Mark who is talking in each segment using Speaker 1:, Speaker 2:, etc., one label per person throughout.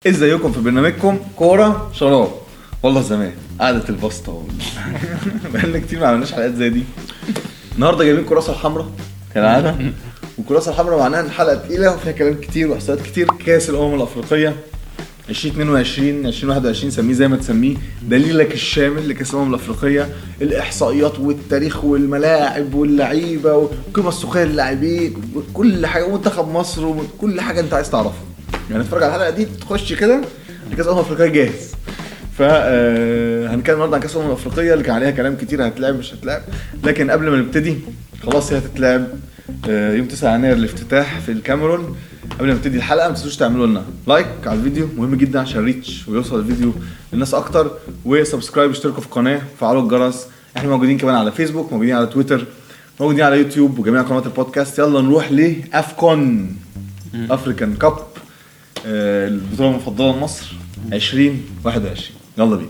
Speaker 1: ازيكم في برنامجكم كوره شراب. والله زمان قعدة البسطة بقالنا كتير ما عملناش حلقات زي دي. النهارده جايبين كراسة الحمراء كالعادة، والكراسة الحمراء معناها ان حلقة تقيلة وفيها كلام كتير واحصائيات كتير. كاس الامم الافريقية 2022 2021 سميه زي ما تسميه، دليلك الشامل لكاس الامم الافريقيه، الاحصائيات والتاريخ والملاعب واللعيبه والقيمه السوقيه للاعبين وكل حاجه، منتخب مصر وكل حاجه انت عايز تعرفها. يعني تتفرج على الحلقه دي تخش كده لكاس الامم الافريقيه جاهز. هنتكلم النهارده عن كاس الامم الافريقيه اللي كان عليها كلام كتير، هتلعب مش هتلعب، لكن قبل ما نبتدي خلاص هي هتتلعب يوم 9 يناير الافتتاح في الكاميرون. قبل ما نبتدي الحلقه ما تنسوش تعملوا لنا لايك على الفيديو، مهم جدا عشان ريتش ويوصل الفيديو للناس اكتر، وسبسكرايب اشتركوا في القناه وفعلوا الجرس. احنا موجودين كمان على فيسبوك، موجودين على تويتر، موجودين على يوتيوب وجميع قنوات البودكاست. يلا نروح لافكون افريكان كاب، البطوله المفضله لمصر 2021. يلا بينا.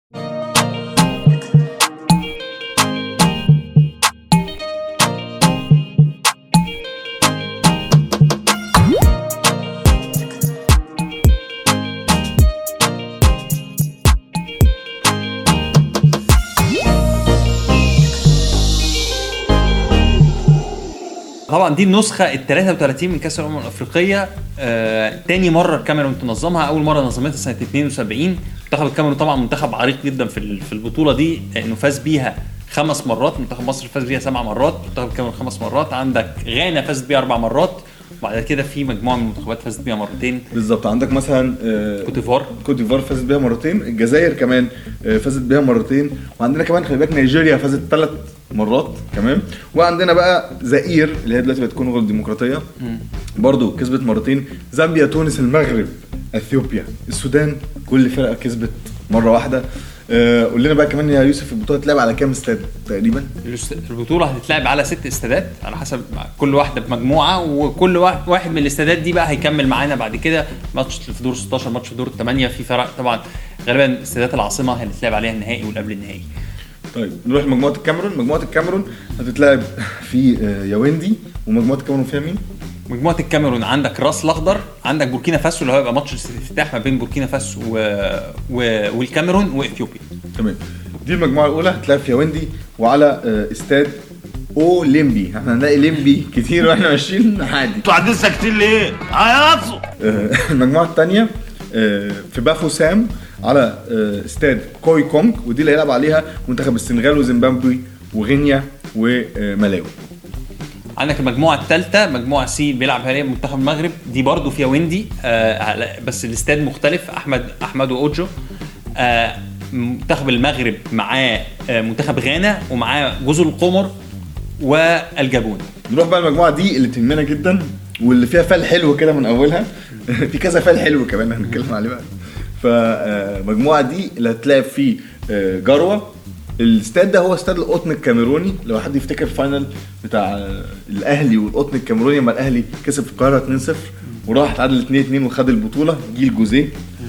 Speaker 2: طبعا دي النسخة ال33 من كأس الأمم الأفريقية. تاني مرة الكاميرون تنظمها، أول مرة نظمتها سنة 72. منتخب الكاميرون طبعا منتخب عريق جدا في البطولة دي، لأنه فاز بيها 5 مرات. منتخب مصر فاز بيها 7 مرات، منتخب الكاميرون 5 مرات. عندك غانا فازت بيها 4 مرات، وبعد كده في مجموعة من المنتخبات فازت بيها مرتين.
Speaker 1: بالظبط، عندك مثلا كوت ديفوار فازت بيها مرتين، الجزائر كمان فازت بيها مرتين، وعندنا كمان خلي بالك نيجيريا فازت 3 مرات كمان، وعندنا بقى زائر اللي هي دلوقتي بقت كونغو الديمقراطيه برضو كسبت مرتين، زامبيا، تونس، المغرب، اثيوبيا، السودان، كل فرقه كسبت مره واحده. قول لنا بقى كمان يا يوسف، البطوله هتلعب على كام استاد تقريبا؟
Speaker 2: البطوله هتتلعب على 6 استادات على حسب كل واحده بمجموعه، وكل واحد من الاستادات دي بقى هيكمل معانا بعد كده ماتش في دور 16، ماتش في دور 8. في فرق طبعا غالبا استادات العاصمه هي اللي هتلعب عليها النهائي والقبل النهائي.
Speaker 1: طيب نروح لمجموعه الكاميرون. مجموعه الكاميرون هتتلعب في ياوندي، ومجموعه الكاميرون فيها مين؟
Speaker 2: مجموعه الكاميرون عندك راس الاخضر، عندك بوركينا فاسو اللي هيبقى ماتش الافتتاح ما بين بوركينا فاسو والكاميرون واثيوبيا.
Speaker 1: تمام، دي المجموعه الاولى هتلعب في ياوندي وعلى استاد اولمبي. احنا هنلاقي ليمبي كتير واحنا ماشيين عادي.
Speaker 3: انتوا قاعدين ساكتين ليه؟ عيطوا.
Speaker 1: المجموعه الثانيه في بافوسام على استاد كوي كونغ، ودي اللي هيلعب عليها منتخب السنغال وزيمبابوي وغينيا وملاوي.
Speaker 2: عندك المجموعه الثالثه مجموعه سي بيلعب عليها منتخب المغرب، دي برضو في ياوندي بس الاستاد مختلف، احمد واوجو. منتخب المغرب معاه منتخب غانا ومعاه جزر القمر والجابون.
Speaker 1: نروح بقى المجموعه دي اللي تهمنا جدا واللي فيها فال حلو كده من اولها في كذا فال حلو كمان هنتكلم عليه بقى. فمجموعه دي اللي هتلاعب فيه جروه. الاستاد ده هو استاد القطن الكاميروني، لو حد يفتكر الفاينل بتاع الاهلي والقطن الكاميروني لما الاهلي كسب في القاهره 2-0 وراح اتعادل 2-2 وخد البطوله، جيل جوزيه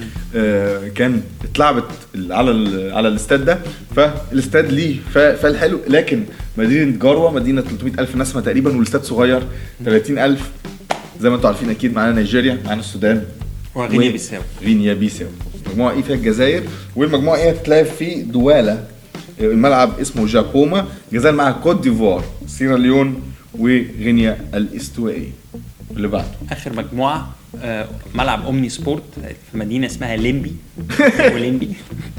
Speaker 1: كان اتلعبت على الاستاد ده. فالاستاد ليه فال حلو، لكن مدينه جروه مدينه 300,000 نسمه تقريبا، والاستاد صغير 30,000. زي ما انتم عارفين اكيد معانا نيجيريا، معانا السودان وغينيا بيساو. المجموعه ايه فيها الجزائر، والمجموعه ايه هتتلعب في دواله، الملعب اسمه جاكوما. الجزائر معاها كوت ديفوار، سيراليون وغينيا الاستوائيه. اللي بعده
Speaker 2: اخر مجموعه ملعب اومني سبورت في مدينه اسمها ليمبي وليمبي.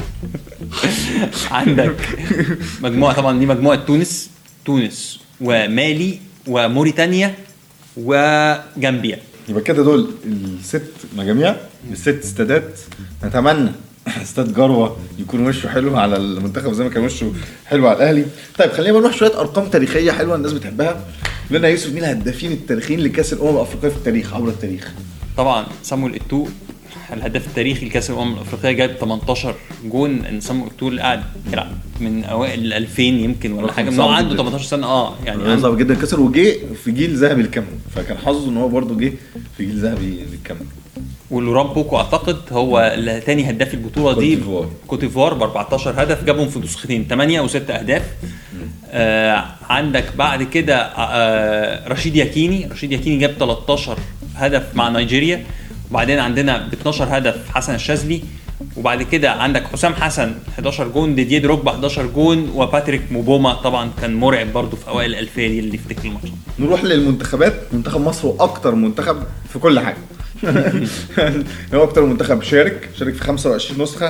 Speaker 2: عندك مجموعه طبعا دي مجموعه تونس ومالي وموريتانيا وجامبيا.
Speaker 1: يبقى كده دول ال6 مجاميع ال6 استادات. نتمنى استاد جروه يكون وشه حلو على المنتخب زي ما كان وشه حلو على الاهلي. طيب خلينا نروح شويه ارقام تاريخيه حلوه الناس بتحبها. لنا يوسف، مين الهدافين التاريخيين لكاس الامم الافريقيه في التاريخ عبر التاريخ؟
Speaker 2: طبعا صامويل إيتو الهداف التاريخي لكاس الامم الافريقيه، جايب 18 جون. ان صامويل إيتو قاعد يلعب من اوائل 2000 يمكن ولا حاجه، هو عنده 18 سنه يعني
Speaker 1: صعب جدا كسر، وجه في جيل ذهبي الكاميرون، فكان حظه ان هو برده جه في جيل ذهبي للكاميرون.
Speaker 2: ولوران بوكو اعتقد هو الثاني هداف البطوله دي، كوت ديفوار ب 14 هدف، جابهم في نسختين 8 و6 اهداف. عندك بعد كده رشيد ياكيني جاب 13 هدف مع نيجيريا، وبعدين عندنا ب 12 هدف حسن الشاذلي، وبعد كده عندك حسام حسن 11 جون، ديديه دروجبا 11 جون، وباتريك موبوما طبعا كان مرعب برضو في اوائل الالفيه دي اللي يفتكر الماتش.
Speaker 1: نروح للمنتخبات. منتخب مصر هو اكتر منتخب في كل حاجه. هو اكتر منتخب شارك في 25 نسخه،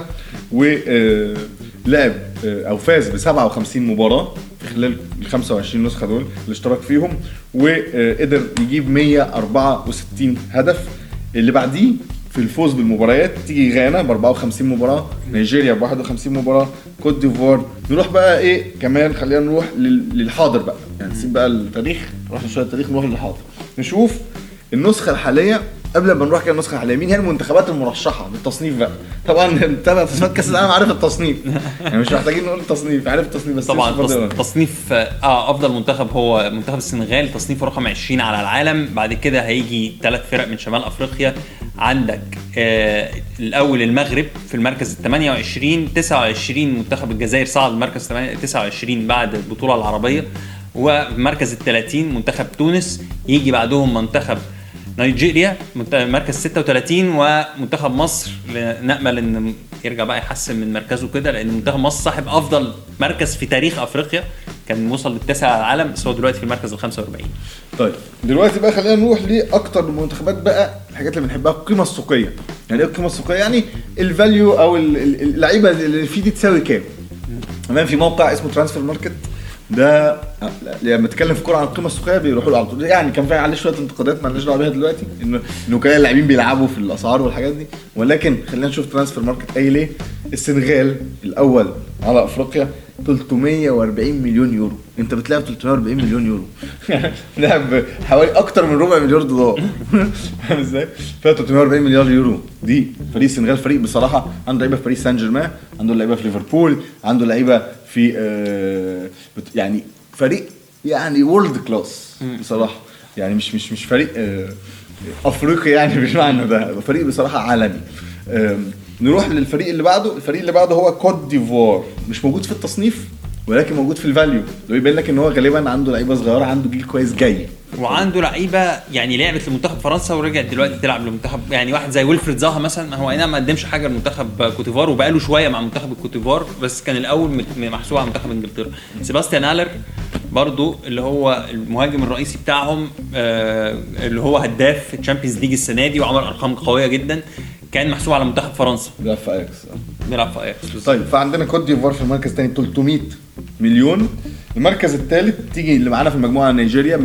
Speaker 1: ولعب او فاز ب 57 مباراه في خلال ال 25 نسخه دول اللي اشترك فيهم، وقدر يجيب 164 هدف. اللي بعديه في الفوز بالمباريات تيجي غانا ب 54 مباراه، نيجيريا ب 51 مباراه، كوت ديفوار. نروح بقى ايه كمان، خلينا نروح للحاضر بقى، يعني نسيب بقى التاريخ، نروح شويه التاريخ نروح للحاضر، نشوف النسخه الحاليه. قبل ما نروح كده النسخه الحاليه، مين هي المنتخبات المرشحه بالتصنيف بقى؟ طبعا انت تصنيفات كاس العالم عارف التصنيف، يعني مش محتاجين نقول التصنيف، عارف التصنيف بس.
Speaker 2: طبعا تصنيف افضل منتخب هو منتخب السنغال، تصنيفه رقم 20 على العالم. بعد كده هيجي 3 فرق من شمال افريقيا. عندك الاول المغرب في المركز ال 28، 29 منتخب الجزائر صعد المركز 29 بعد البطوله العربيه، ومركز ال 30 منتخب تونس. يجي بعدهم منتخب نيجيريا مركز 36، ومنتخب مصر نأمل ان يرجع بقى يحسن من مركزه كده، لان منتخب مصر صاحب افضل مركز في تاريخ افريقيا، كان وصل للتاسع على العالم، بس هو دلوقتي في المركز ال 45.
Speaker 1: طيب دلوقتي بقى خلينا نروح لاكتر المنتخبات بقى، الحاجات اللي بنحبها، القيمه السوقيه. يعني ايه القيمه السوقيه؟ يعني الفاليو او اللعيبه اللي فيه دي تساوي كام. تمام. في موقع اسمه ترانسفير ماركت، ده لما تتكلم في كوره عن القيمه السوقيه بيروحوا له على طول. يعني كان في عليه شويه انتقادات ما لناش دعوه بيها دلوقتي، انه كان اللاعبين بيلعبوا في الاسعار والحاجات دي، ولكن خلينا نشوف ترانسفير ماركت قايل ايه. السنغال الاول على افريقيا 340 مليون يورو. انت بتلعب 340 مليون يورو لعب حوالي اكتر من ربع مليار دولار. فاهم ازاي؟ ف 340 مليار يورو دي. فريق السنغال فريق بصراحه عنده لعيبه في باريس سان جيرمان، عنده لعيبه في ليفربول، عنده لعيبه في يعني فريق يعني وورلد كلاس بصراحه. يعني مش فريق افريقي يعني بالمعنى ده، فريق بصراحه عالمي. نروح للفريق اللي بعده. الفريق اللي بعده هو كوت ديفوار، مش موجود في التصنيف ولكن موجود في الفاليو، لو يبين لك ان هو غالبا عنده لعيبه صغيره، عنده جيل كويس جاي،
Speaker 2: وعنده لعيبه يعني لعبت لمنتخب فرنسا ورجعت دلوقتي تلعب لمنتخب. يعني واحد زي ويلفريد زاها مثلا، هو انا ما قدمش حاجه لمنتخب كوتيفوار وبقاله شويه مع منتخب الكوتيفوار، بس كان الاول محسوب على منتخب انجلترا. سيباستيان آلر برضو اللي هو المهاجم الرئيسي بتاعهم، اللي هو هداف الشامبيونز ليج السنه دي وعمل ارقام قويه جدا، كان محسوب على منتخب فرنسا،
Speaker 1: بيلعب في اياكس.
Speaker 2: طيب
Speaker 1: فعندنا كوت ديفوار في المركز الثاني 300 مليون. المركز الثالث تيجي اللي معانا في المجموعه نيجيريا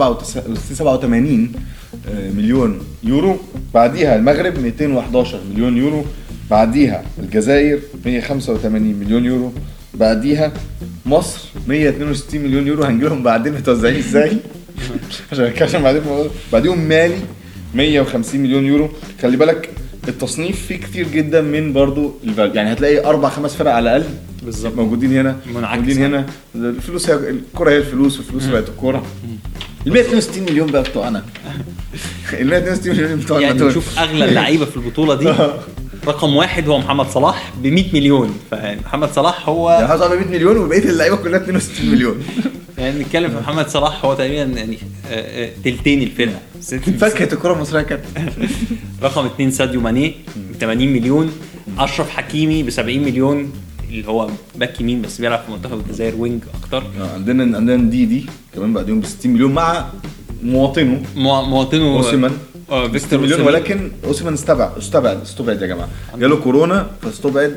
Speaker 1: 287 مليون يورو. بعديها المغرب 211 مليون يورو. بعديها الجزائر 185 مليون يورو. بعديها مصر 162 مليون يورو. هنجيلهم بعدين متوزعين ازاي عشان نتكلم بعدين. بعديهم مالي 150 مليون يورو. خلي بالك التصنيف فيه كتير جدا من برضو يعني هتلاقي 4-5 فرق على الاقل
Speaker 2: بالظبط
Speaker 1: موجودين هنا، موجودين هنا. الفلوس هي الكرة، هي الفلوس، والفلوس بقت الكرة. ال 162 مليون بقى بتوعنا. ال 162 مليون بتوعنا
Speaker 2: يعني نشوف اغلى اللعيبه في البطوله دي. رقم 1 هو محمد صلاح ب 100 مليون. فمحمد صلاح هو
Speaker 1: يعني حاطط ب 100 مليون وبقيه اللعيبه كلها 62 مليون.
Speaker 2: يعني نتكلم في محمد صلاح هو تقريبا يعني تلتين الفرقه.
Speaker 1: فكت الكره المصريه كانت.
Speaker 2: رقم 2 ساديو ماني ب 80 مليون. اشرف حكيمي ب 70 مليون اللي هو باك يمين بس بيلعب في منتخب الجزائر وينج اكتر.
Speaker 1: عندنا دي كمان بعدين ب 60 مليون مع مواطنه اوسيمان فيكتور مليون. ولكن اوسيمان استبعد يا جماعه، جاله كورونا فاستبعد،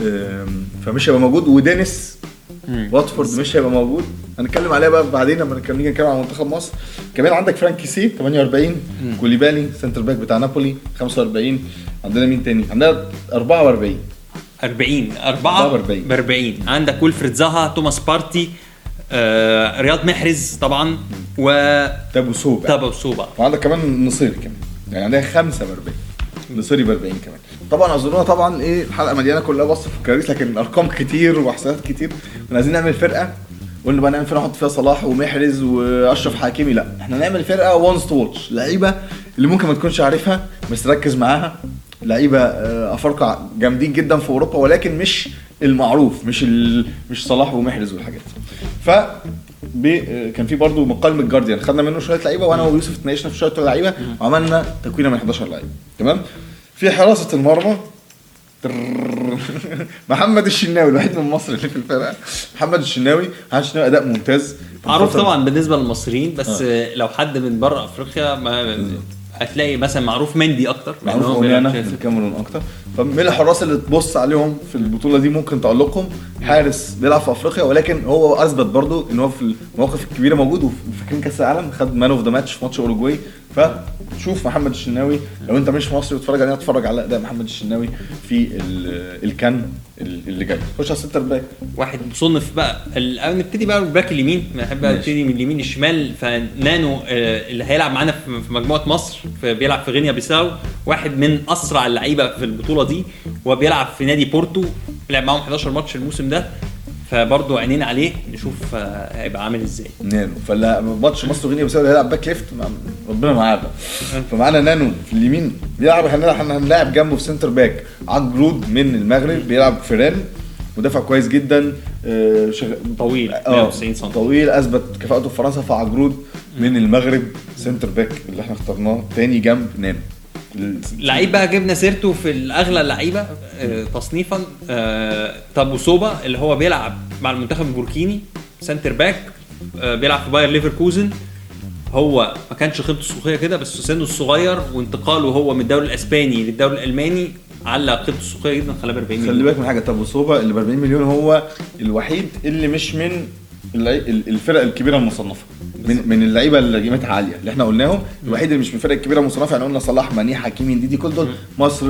Speaker 1: فمش هيبقى موجود. ودينيس واتفورد مش هيبقى موجود، هنتكلم عليها بقى بعدين لما نيجي نتكلم عن منتخب مصر. كمان عندك فرانكي سي 48، كوليبالي سنتر باك بتاع نابولي 45. عندنا مين تاني؟ عندنا 44
Speaker 2: عندك ويلفريد زاها، توماس بارتي، رياض محرز طبعا، و
Speaker 1: تابو سوبا. وعندك كمان نصيري كمان، يعني عندنا 45 نصيري ب 40 كمان. طبعا اظننا طبعا ايه الحلقه مليانه كلها بص في الكراسي، لكن ارقام كتير واحصائيات كتير. كنا عايزين نعمل فرقه، قلنا بقى نعمل فرقه نحط فيها صلاح ومحرز واشرف حكيمي. لا، احنا نعمل فرقه وانز تو واتش، لعيبه اللي ممكن ما تكونش عارفها بس ركز معاها. لعيبه افارقه جامدين جدا في اوروبا، ولكن مش المعروف، مش صلاح ومحرز والحاجات. ف كان في برضو مقال من الجارديان خدنا منه شويه لعيبه، وانا ويوسف اتناقشنا في شويه لعيبه وعملنا تكوينه من 11 لعيب. تمام. في حراسه المرمى محمد الشناوي الوحيد من مصر اللي في الفرقه. محمد الشناوي اداء ممتاز
Speaker 2: معروف طبعا بالنسبه للمصريين، بس لو حد من بره افريقيا ما هتلاقي مثلا معروف مندي اكتر،
Speaker 1: معروف اونانا في الكاميرون اكتر. فمن الحراس اللي تبص عليهم في البطوله دي ممكن تألقهم حارس بيلعب في افريقيا، ولكن هو اثبت برضو ان هو في المواقف الكبيره موجود. وفاكرين كاس العالم خد مان اوف ذا ماتش في ماتش اوروجواي. فشوف محمد الشناوي لو انت مش في مصر وتتفرج عليه، اتفرج على اداء محمد الشناوي في الكان اللي جاي. خش على السنتر باك.
Speaker 2: واحد مصنف بقى نبتدي بقى بالباك اليمين، بحب ابتدي من اليمين للشمال. فنانو اللي هيلعب معانا في مجموعه مصر، بيلعب في غينيا بيساو، واحد من اسرع اللعيبه في البطوله دي، وبيلعب في نادي بورتو، لعب معاهم 11 ماتش الموسم ده. فبرضه عينينا عليه نشوف هيبقى عامل ازاي
Speaker 1: نانو. فلا ماتش مصر وغينيا بيساو هيلعب باك ليفت، ربنا معاه. فمعانا نانو في اليمين بيلعب، هنلاعب جنبه في سنتر باك عجرود من المغرب بيلعب في ريال، مدافع كويس جدا،
Speaker 2: طويل 190 سم،
Speaker 1: طويل، اثبت كفاءته في فرنسا. فعجرود من المغرب سنتر باك اللي احنا اخترناه تاني جنب نانو.
Speaker 2: لعيب بقى جبنا سيرته في الاغلى اللعيبه تصنيفا، تابوسوبا اللي هو بيلعب مع المنتخب البوركيني سنتر باك، بيلعب في باير ليفركوزن. هو ما كانش خبرته السوقيه كده، بس سنه الصغير وانتقاله هو من الدوري الاسباني للدوري الالماني على خبرته السوقيه جدا، خلاه ب 40 مليون.
Speaker 1: خلي بالك من حاجه، تابوسوبا اللي ب 40 مليون هو الوحيد اللي مش من الفرق الكبيره المصنفه، من اللعيبه اللي قيمتها عاليه اللي احنا قلناهم. الوحيد اللي مش من الفرق الكبيره المصنفه، يعني قلنا صلاح، ماني، حكيمي، دي كل دول مصر،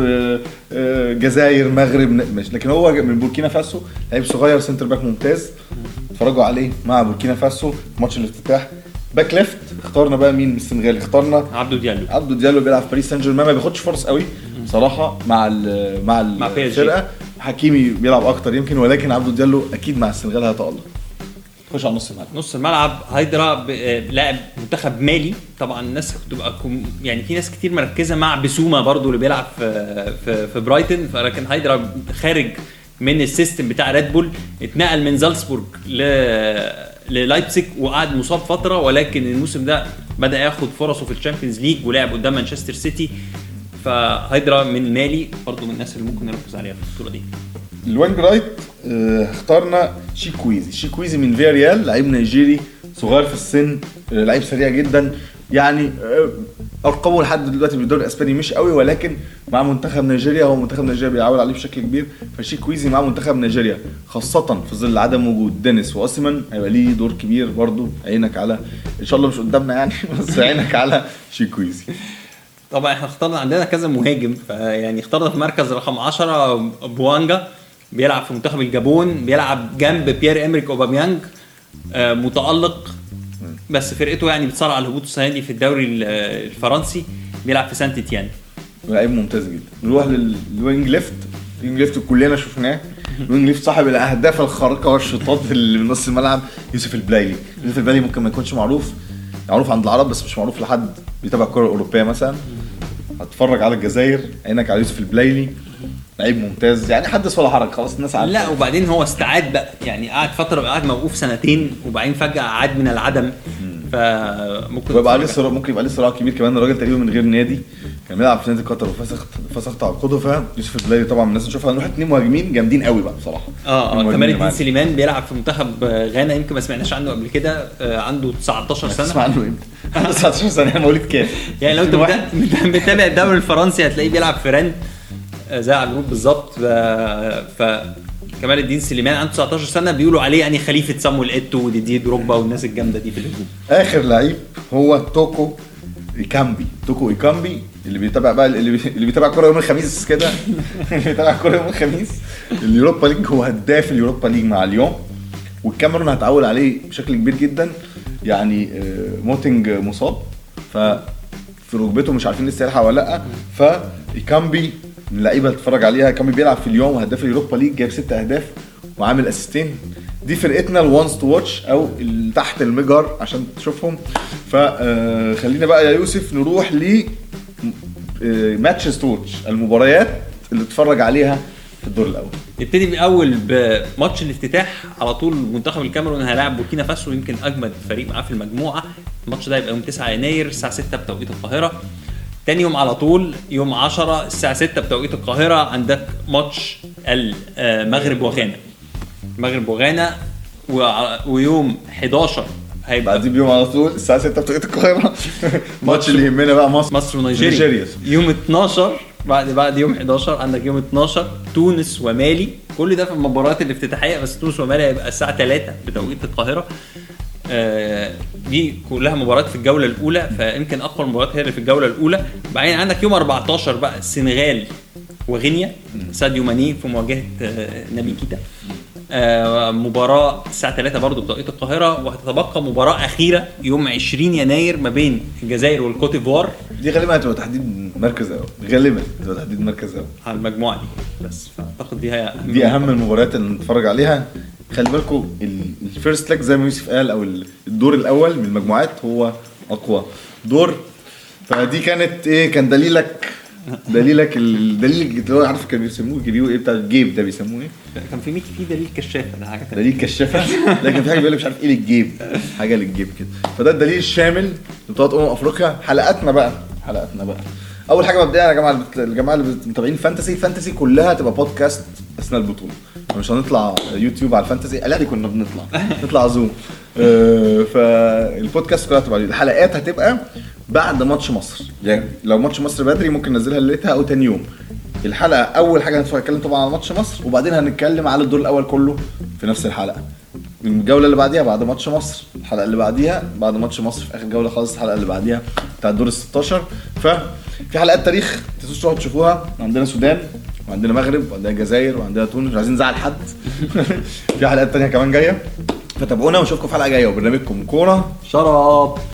Speaker 1: جزائر، مغرب، ماشي. لكن هو من بوركينا فاسو، لعيب صغير سنتر باك ممتاز. اتفرجوا عليه مع بوركينا فاسو ماتش الافتتاح. باك ليفت اختارنا بقى مين من السنغال؟ اختارنا
Speaker 2: عبدو
Speaker 1: ديالو بيلعب في باريس سان جيرمان، ما بياخدش فرص قوي بصراحه مع الفرقه. حكيمي بيلعب اكتر يمكن، ولكن عبدو ديالو اكيد مع السنغال هيتألق. خش على نص الملعب.
Speaker 2: هيدرا لاعب منتخب مالي. طبعا الناس بتبقى يعني في ناس كتير مركزه مع بسومه برضو اللي بيلعب في برايتن، لكن هيدرا خارج من السيستم بتاع ريد بول، اتنقل من زالزبورج للايبزيج وقعد مصاب فتره، ولكن الموسم ده بدا ياخد فرصه في الشامبيونز ليج ولعب قدام مانشستر سيتي. فهيدرا من مالي برضو من الناس اللي ممكن نركز عليها في البطوله دي.
Speaker 1: الوينج رايت اخترنا شيكويزي من فياريال، لعيب نيجيري صغير في السن، لعيب سريع جدا. يعني ارقامه لحد دلوقتي بالدوري الاسباني مش قوي، ولكن مع منتخب نيجيريا، هو منتخب نيجيريا بيعول عليه بشكل كبير. فشيكويزي مع منتخب نيجيريا خاصه في ظل عدم وجود دينيس واسمان هيبقى ليه دور كبير برضو. عينك على، ان شاء الله مش قدامنا يعني، بس عينك على شيكويزي.
Speaker 2: طبعا احنا اخترنا عندنا كذا مهاجم، فيعني اخترنا في مركز رقم 10 بوانجا، بيلعب في منتخب الجابون، بيلعب جنب بيير إمريك أوباميانج، متألق، بس فرقته يعني بتصارع على الهبوط السنه دي في الدوري الفرنسي، بيلعب في سانت إتيان.
Speaker 1: لعيب ممتاز جدا. نروح للوينج ليفت. الوينج ليفت كلنا شفناه، الوينج ليفت صاحب الاهداف الخارقه والشوطات اللي من نص الملعب، يوسف البلايلي. يوسف البلايلي ممكن ما يكونش معروف عند العرب، بس مش معروف لحد بيتابع الكره الاوروبيه مثلا. هتفرج على الجزائر، عينك على يوسف البلايلي، لعيب ممتاز يعني، حدث ولا حرج، خلاص الناس عارفه.
Speaker 2: لا وبعدين هو استعاد بقى، يعني قعد فتره، قعد موقوف سنتين وبعدين فجاه عاد من العدم. فممكن
Speaker 1: يبقى عليه صراع كبير كمان. الراجل تقريبا من غير نادي، كان بيلعب في نادي قطر وفسخ تعاقده. فيوسف البلايلي طبعا الناس نشوفها. هنروح 2 مهاجمين جامدين قوي بقى بصراحه.
Speaker 2: كمال الدين سليمان بيلعب في منتخب غانا، يمكن ما سمعناش عنه قبل كده، عنده 19 سنه.
Speaker 1: اسمع عنه امتى؟ 19 سنه، مواليد كام؟
Speaker 2: يعني لو انت متابع الدوري الفرنسي هتلاقيه بيلعب في رند زي عجروب بالظبط. كمال الدين سليمان عنده 19 سنه، بيقولوا عليه يعني خليفه صامويل ايتو وديدي دروجبا والناس الجامده دي في الهجوم.
Speaker 1: اخر لعيب هو توكو إيكامبي اللي بيتابع بقى، اللي بيتابع كوره يوم الخميس كده. اللي بيتابع كوره يوم الخميس. اليوروبا ليج، هو هداف اليوروبا ليج مع ليون، والكاميرون هتعول عليه بشكل كبير جدا. يعني موتنج مصاب، ففي ركبته مش عارفين لسه يلحق ولا لا. فإيكامبي من اللعيبه تتفرج عليها. كان بيلعب في اليوم وهداف اليوروبا ليج، جايب 6 اهداف وعامل اسيستين. دي فرقتنا الوانس تو واتش او تحت المجر عشان تشوفهم. فخلينا بقى يا يوسف نروح ل ماتش ستوتش، المباريات اللي تتفرج عليها في الدور الاول.
Speaker 2: نبتدي باول بماتش الافتتاح على طول. منتخب الكاميرون هيلاعب بوركينا فاسو، يمكن اجمد فريق معاه في المجموعه. الماتش ده هيبقى يوم 9 يناير الساعه 6 بتوقيت القاهره. تاني يوم على طول يوم 10 الساعه 6 بتوقيت القاهره عندك ماتش المغرب وغانا. المغرب وغانا. ويوم 11 هيبقى
Speaker 1: بعدين بيوم على طول الساعه 6 بتوقيت القاهره ماتش اللي يهمنا بقى مصر
Speaker 2: ونيجيريا. يوم 12 بعد يوم 11 عندك يوم 12 تونس ومالي. كل ده في المباريات الافتتاحيه، بس تونس ومالي هيبقى الساعه 3 بتوقيت القاهره. دي كلها مباريات في الجوله الاولى، فيمكن اقوى المباريات هي اللي في الجوله الاولى. بعدين عندك يوم 14 بقى السنغال وغينيا، ساديو ماني في مواجهه نبي كيتا. مباراة الساعة 3 برضو بتوقيت القاهرة. وهتتبقى مباراة أخيرة يوم 20 يناير ما بين الجزائر والكوت ديفوار.
Speaker 1: دي غالبا هتبقى تحديد مركز أول، غالبا هتبقى تحديد مركز أول
Speaker 2: على المجموعة دي. بس فأعتقد
Speaker 1: دي أهم المباريات اللي نتفرج عليها. خلي بالكم الفيرست ليج زي ما يوسف قال، أو الدور الأول من المجموعات هو أقوى دور. فدي كانت إيه، كان دليلك الدليل اللي هو عارف كانوا بيسموه ايه بتاع الجيب ده، بيسموه ايه؟
Speaker 2: كان في ميكي في دليل كشافه، ده حاجه ثانيه.
Speaker 1: دليل كشافه لكن في حاجه بيقول لك مش عارف ايه للجيب، حاجه للجيب كده. فده الدليل الشامل لبطولات افريقيا. حلقاتنا بقى اول حاجه مبدئيا يا جماعه، الجماعه اللي متابعين فانتسي كلها تبقى بودكاست اثناء البطوله. مش هنطلع يوتيوب على الفانتسي، لا دي كنا نطلع زوم. فالبودكاست كلها تبقى، الحلقات هتبقى بعد ماتش مصر. يعني لو ماتش مصر بدري ممكن ننزلها ليلتها او تاني يوم. الحلقه اول حاجه هنتكلم طبعا على ماتش مصر، وبعدين هنتكلم على الدور الاول كله في نفس الحلقه. الجوله اللي بعديها بعد ماتش مصر، الحلقه اللي بعديها بعد ماتش مصر في اخر جوله خالص، الحلقه اللي بعديها بتاع الدور ال16. ففي حلقات تاريخ تنسوش تروحوا تشوفوها. عندنا السودان وعندنا المغرب وعندنا الجزائر وعندنا تونس، مش عايزين نزعل حد. في حلقات تانية كمان جايه، فتابعونا ونشوفكم في حلقه جايه وبرنامجكم كوره
Speaker 2: شراب.